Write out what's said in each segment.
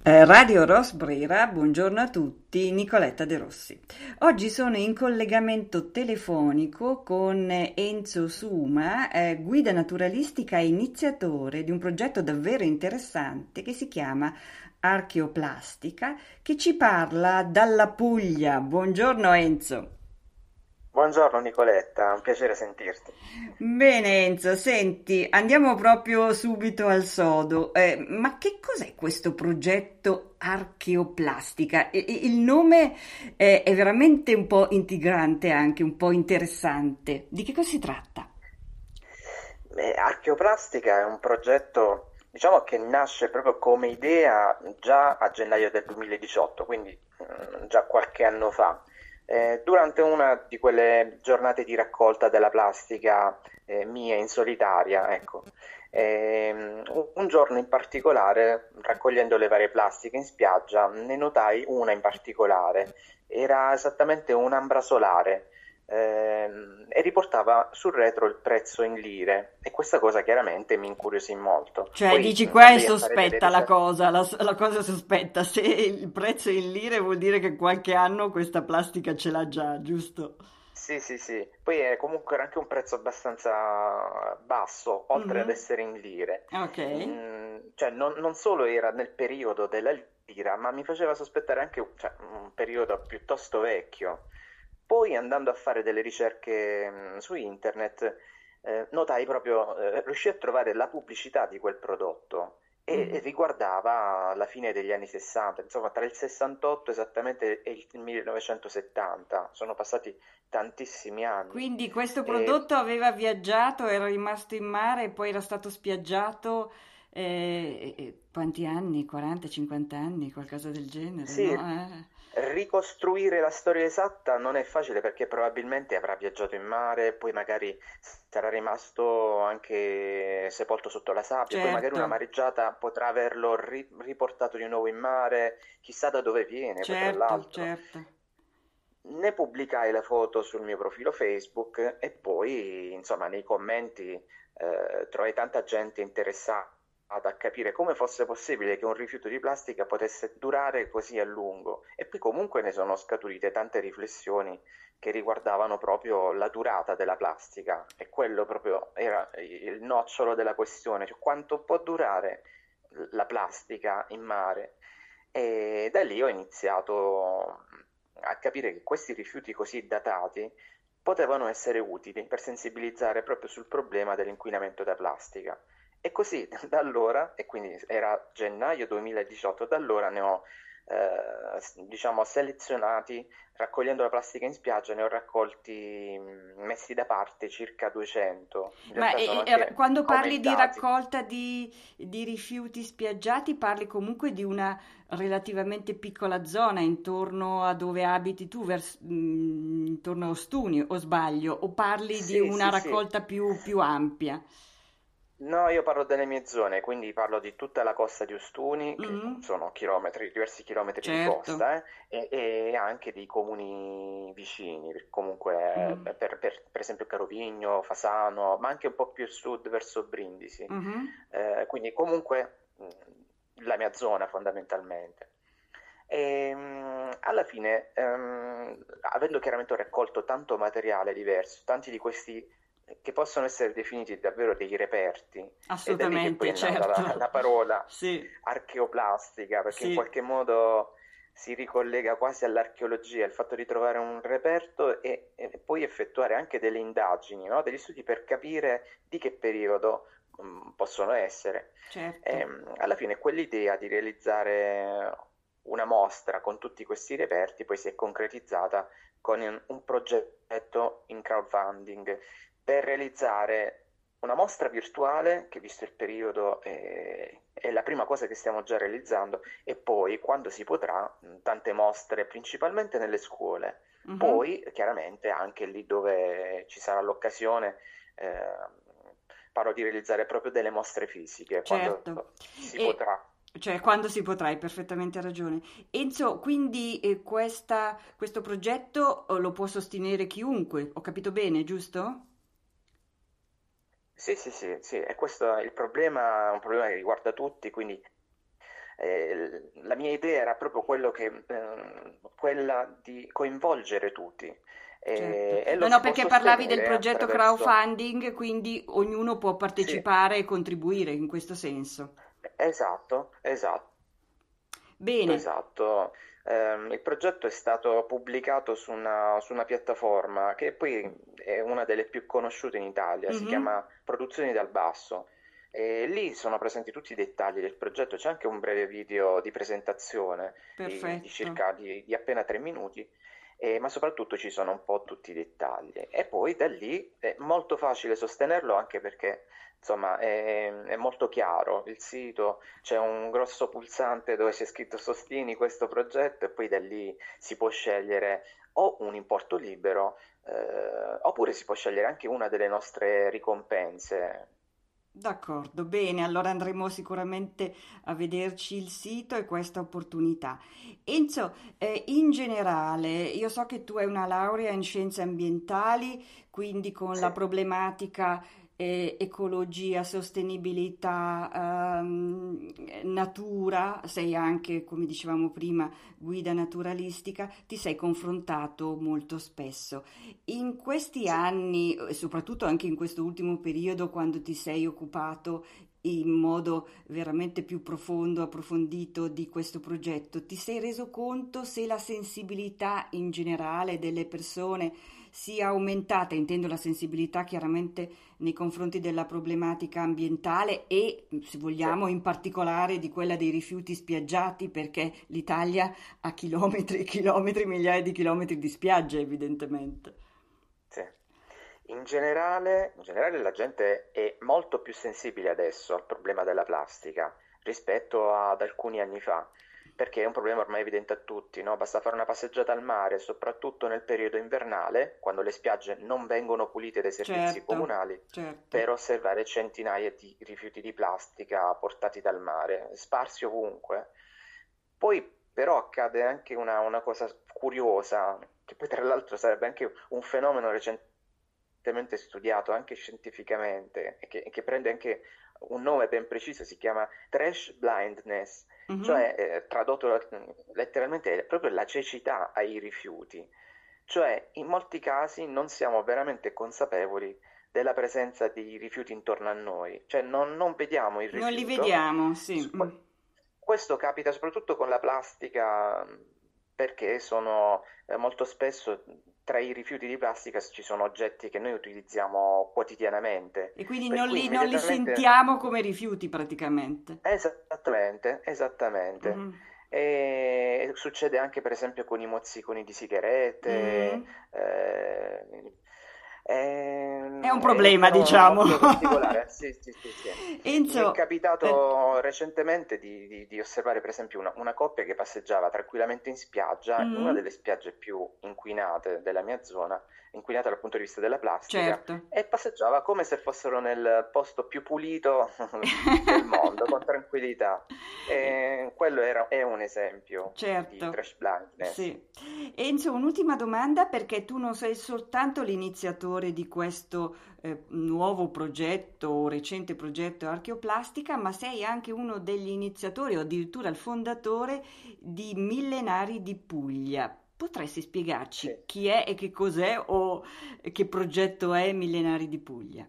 Radio Rosbrera, buongiorno a tutti, Nicoletta De Rossi. Oggi sono in collegamento telefonico con Enzo Suma, guida naturalistica e iniziatore di un progetto davvero interessante che si chiama Archeoplastica, che ci parla dalla Puglia. Buongiorno Enzo. Buongiorno Nicoletta, è un piacere sentirti. Bene Enzo, senti, andiamo proprio subito al sodo. Ma che cos'è questo progetto Archeoplastica? Il nome è veramente un po' intrigante, anche un po' interessante. Di che cosa si tratta? Archeoplastica è un progetto, diciamo, che nasce proprio come idea già a gennaio del 2018, quindi già qualche anno fa. Durante una di quelle giornate di raccolta della plastica mie in solitaria, ecco. Un giorno in particolare, raccogliendo le varie plastiche in spiaggia, ne notai una in particolare. Era esattamente un'ambra solare e riportava sul retro il prezzo in lire, e questa cosa chiaramente mi incuriosì molto. Cioè, Poi dici qua è andai a fare delle sospetta la ricerche. cosa, la cosa sospetta. Se il prezzo è in lire vuol dire che qualche anno questa plastica ce l'ha già, giusto? Sì, sì, sì. Poi comunque era anche un prezzo abbastanza basso, oltre ad Mhm. essere in lire. Ok. Cioè, non solo era nel periodo della lira, ma mi faceva sospettare anche, cioè, un periodo piuttosto vecchio. Poi andando a fare delle ricerche su internet, notai proprio, riuscii a trovare la pubblicità di quel prodotto e Mhm. riguardava la fine degli anni 60, insomma tra il 68 esattamente e il 1970, sono passati tantissimi anni. Quindi questo E prodotto aveva viaggiato, era rimasto in mare e poi era stato spiaggiato quanti anni? 40, 50 anni, qualcosa del genere, sì, no? ricostruire la storia esatta non è facile perché probabilmente avrà viaggiato in mare, poi magari sarà rimasto anche sepolto sotto la sabbia, poi magari Certo, una mareggiata potrà averlo riportato di nuovo in mare, chissà da dove viene, poi tra certo, l'altro. certo. Ne pubblicai la foto sul mio profilo Facebook e poi, insomma, nei commenti trovai tanta gente interessata a capire come fosse possibile che un rifiuto di plastica potesse durare così a lungo. E poi comunque ne sono scaturite tante riflessioni che riguardavano proprio la durata della plastica, e quello proprio era il nocciolo della questione, cioè quanto può durare la plastica in mare. E da lì ho iniziato a capire che questi rifiuti così datati potevano essere utili per sensibilizzare proprio sul problema dell'inquinamento da plastica. E così da allora, e quindi era gennaio 2018, da allora ne ho diciamo selezionati, raccogliendo la plastica in spiaggia, ne ho raccolti, messi da parte circa 200. In Ma realtà sono anche quando parli di commentati. raccolta di rifiuti spiaggiati, parli comunque di una relativamente piccola zona intorno a dove abiti tu, intorno a Ostuni, o sbaglio, o parli di Sì, una sì, sì. raccolta più ampia? No, io parlo delle mie zone, quindi parlo di tutta la costa di Ostuni, che Mm, sono chilometri, diversi chilometri di certo. costa, e anche dei comuni vicini, comunque Mm, per esempio Carovigno, Fasano, ma anche un po' più a sud verso Brindisi. mhm. Quindi comunque la mia zona fondamentalmente. E, alla fine, avendo chiaramente raccolto tanto materiale diverso, tanti di questi che possono essere definiti davvero dei reperti, è da lì che poi Assolutamente, è nata la, certo. la parola Sì, archeoplastica, perché in sì, qualche modo si ricollega quasi all'archeologia, il fatto di trovare un reperto e poi effettuare anche delle indagini, no? Degli studi per capire di che periodo possono essere. certo. Alla fine quell'idea di realizzare una mostra con tutti questi reperti poi si è concretizzata con un progetto in crowdfunding per realizzare una mostra virtuale che, visto il periodo, è la prima cosa che stiamo già realizzando, e poi, quando si potrà, tante mostre, principalmente nelle scuole. Mhm. Poi, chiaramente, anche lì dove ci sarà l'occasione, eh, parlo di realizzare proprio delle mostre fisiche, quando Certo, si e potrà. cioè quando si potrà, hai perfettamente ragione. Enzo, quindi questo progetto lo può sostenere chiunque, ho capito bene, giusto? Sì, sì, sì, sì, e questo è il problema, è un problema che riguarda tutti, quindi La mia idea era proprio quella di coinvolgere tutti Certo. e No, lo no, si può perché parlavi del sostenere progetto attraverso... crowdfunding, quindi ognuno può Sì, partecipare e contribuire in questo senso. esatto, esatto. Bene. Esatto. Il progetto è stato pubblicato su una piattaforma che poi è una delle più conosciute in Italia, si Mhm. chiama Produzioni dal Basso. E lì sono presenti tutti i dettagli del progetto, c'è anche un breve video di presentazione di Perfetto. circa di appena 3 minuti, ma soprattutto ci sono un po' tutti i dettagli. E poi da lì è molto facile sostenerlo anche perché insomma è molto chiaro il sito, c'è un grosso pulsante dove c'è scritto sostieni questo progetto e poi da lì si può scegliere o un importo libero oppure si può scegliere anche una delle nostre ricompense. D'accordo, bene, allora andremo sicuramente a vederci il sito e questa opportunità. Enzo, in generale, io so che tu hai una laurea in scienze ambientali, quindi con Sì. la problematica ecologia, sostenibilità, natura, sei anche, come dicevamo prima, guida naturalistica, ti sei confrontato molto spesso. In questi Sì. anni, e soprattutto anche in questo ultimo periodo, quando ti sei occupato in modo veramente più profondo, approfondito di questo progetto, ti sei reso conto se la sensibilità in generale delle persone sia aumentata, intendo la sensibilità chiaramente nei confronti della problematica ambientale e, se Sì. vogliamo, in particolare di quella dei rifiuti spiaggiati, perché l'Italia ha chilometri e chilometri, migliaia di chilometri di spiagge, evidentemente. Sì. In generale la gente è molto più sensibile adesso al problema della plastica rispetto ad alcuni anni fa, perché è un problema ormai evidente a tutti, no? Basta fare una passeggiata al mare, soprattutto nel periodo invernale, quando le spiagge non vengono pulite dai servizi Certo, comunali, certo. per osservare centinaia di rifiuti di plastica portati dal mare, sparsi ovunque. Poi però accade anche una cosa curiosa, che poi tra l'altro sarebbe anche un fenomeno recentemente studiato anche scientificamente e che prende anche un nome ben preciso, si chiama trash blindness, Mhm. cioè tradotto letteralmente è proprio la cecità ai rifiuti. Cioè in molti casi non siamo veramente consapevoli della presenza di rifiuti intorno a noi, cioè non vediamo il Non li rifiuto. vediamo, sì. Questo capita soprattutto con la plastica, perché sono molto spesso tra i rifiuti di plastica ci sono oggetti che noi utilizziamo quotidianamente, E quindi per cui non li immediatamente... sentiamo come rifiuti praticamente. Esattamente, esattamente. Mhm. E succede anche per esempio con i mozziconi di sigarette, Mm. eh, È un è un problema, fenomeno diciamo. molto particolare. Sì, sì, sì, sì. Mi è Enzo, capitato recentemente di osservare per esempio una coppia che passeggiava tranquillamente in spiaggia, in una mm, delle spiagge più inquinate della mia zona, inquinata dal punto di vista della plastica, certo. e passeggiava come se fossero nel posto più pulito del mondo, con tranquillità. E quello è un esempio di Certo, trash blindness. sì. Enzo, un'ultima domanda perché tu non sei soltanto l'iniziatore di questo nuovo progetto o recente progetto Archeoplastica, ma sei anche uno degli iniziatori o addirittura il fondatore di Millenari di Puglia. Potresti Sì. spiegarci chi è e che cos'è o che progetto è Millenari di Puglia?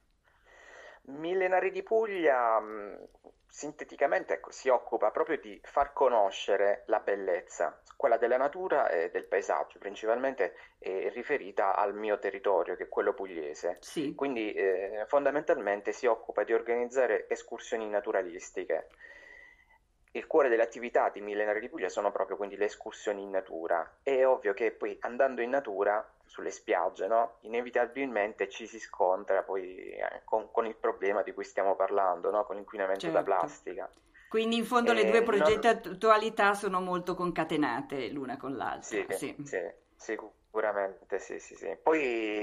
Millenari di Puglia, sinteticamente, ecco, si occupa proprio di far conoscere la bellezza, quella della natura e del paesaggio, principalmente è riferita al mio territorio, che è quello pugliese. Sì, Quindi fondamentalmente si occupa di organizzare escursioni naturalistiche. Il cuore delle attività di Millenari di Puglia sono proprio quindi le escursioni in natura. È ovvio che poi andando in natura, sulle spiagge, no? Inevitabilmente ci si scontra poi con il problema di cui stiamo parlando, no? Con l'inquinamento da certo. plastica. Quindi in fondo le due E non... progettualità sono molto concatenate l'una con l'altra, Sì, sì. sì, sicuramente sì, sì, sì. Poi,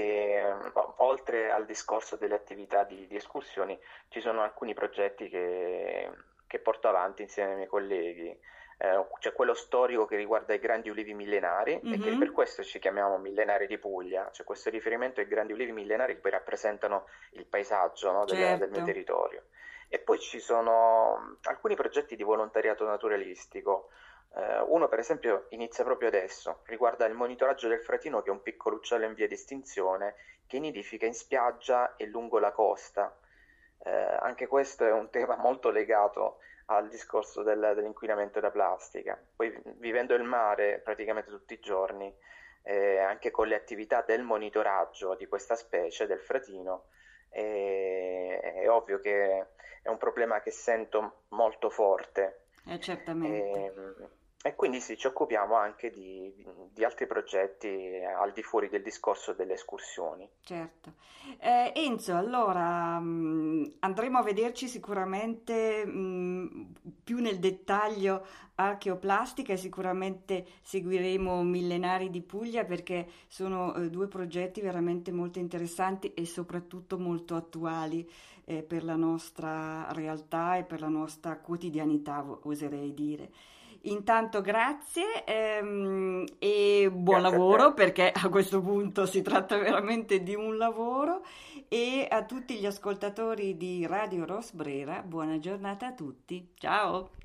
oltre al discorso delle attività di escursioni, ci sono alcuni progetti che porto avanti insieme ai miei colleghi. C'è quello storico che riguarda i grandi ulivi millenari e che per Mhm. questo ci chiamiamo Millenari di Puglia. C'è questo riferimento ai grandi ulivi millenari che poi rappresentano il paesaggio, no, del mio Certo. territorio. E poi ci sono alcuni progetti di volontariato naturalistico. Uno, per esempio, inizia proprio adesso, riguarda il monitoraggio del fratino, che è un piccolo uccello in via di estinzione che nidifica in spiaggia e lungo la costa. Anche questo è un tema molto legato al discorso dell'inquinamento da plastica. Poi, vivendo il mare praticamente tutti i giorni, anche con le attività del monitoraggio di questa specie, del fratino, è ovvio che è un problema che sento molto forte. Certamente. E, e quindi sì, ci occupiamo anche di altri progetti al di fuori del discorso delle escursioni. Certo. Enzo, allora andremo a vederci sicuramente più nel dettaglio archeoplastica e sicuramente seguiremo Millenari di Puglia perché sono due progetti veramente molto interessanti e soprattutto molto attuali per la nostra realtà e per la nostra quotidianità, oserei dire. Intanto grazie e buon Grazie a lavoro te. perché a questo punto si tratta veramente di un lavoro e a tutti gli ascoltatori di Radio Rosbrera, buona giornata a tutti. Ciao!